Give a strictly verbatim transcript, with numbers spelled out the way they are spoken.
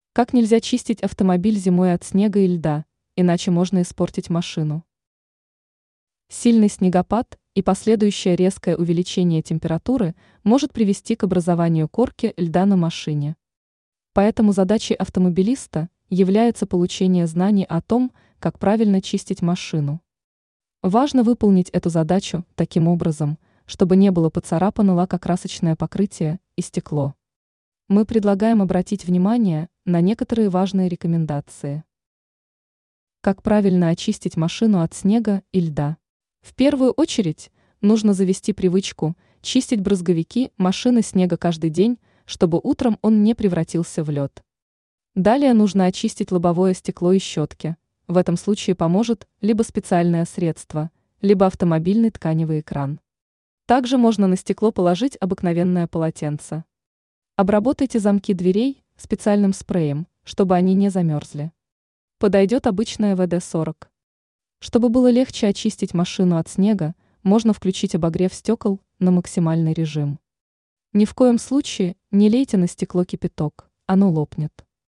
Как нельзя чистить автомобиль зимой от снега и льда, иначе можно испортить машину. Сильный снегопад и последующее резкое увеличение температуры может привести к образованию корки льда на машине. Поэтому задачей автомобилиста является получение знаний о том, как правильно чистить машину. Важно выполнить эту задачу таким образом, чтобы не было поцарапано лакокрасочное покрытие и стекло. Мы предлагаем обратить внимание на некоторые важные рекомендации. Как правильно очистить машину от снега и льда? В первую очередь нужно завести привычку чистить брызговики машины снега каждый день, чтобы утром он не превратился в лед. Далее нужно очистить лобовое стекло и щетки. В этом случае поможет либо специальное средство, либо автомобильный тканевый экран. Также можно на стекло положить обыкновенное полотенце. Обработайте замки дверей специальным спреем, чтобы они не замерзли. Подойдет обычная вэ дэ сорок. Чтобы было легче очистить машину от снега, можно включить обогрев стекол на максимальный режим. Ни в коем случае не лейте на стекло кипяток, оно лопнет.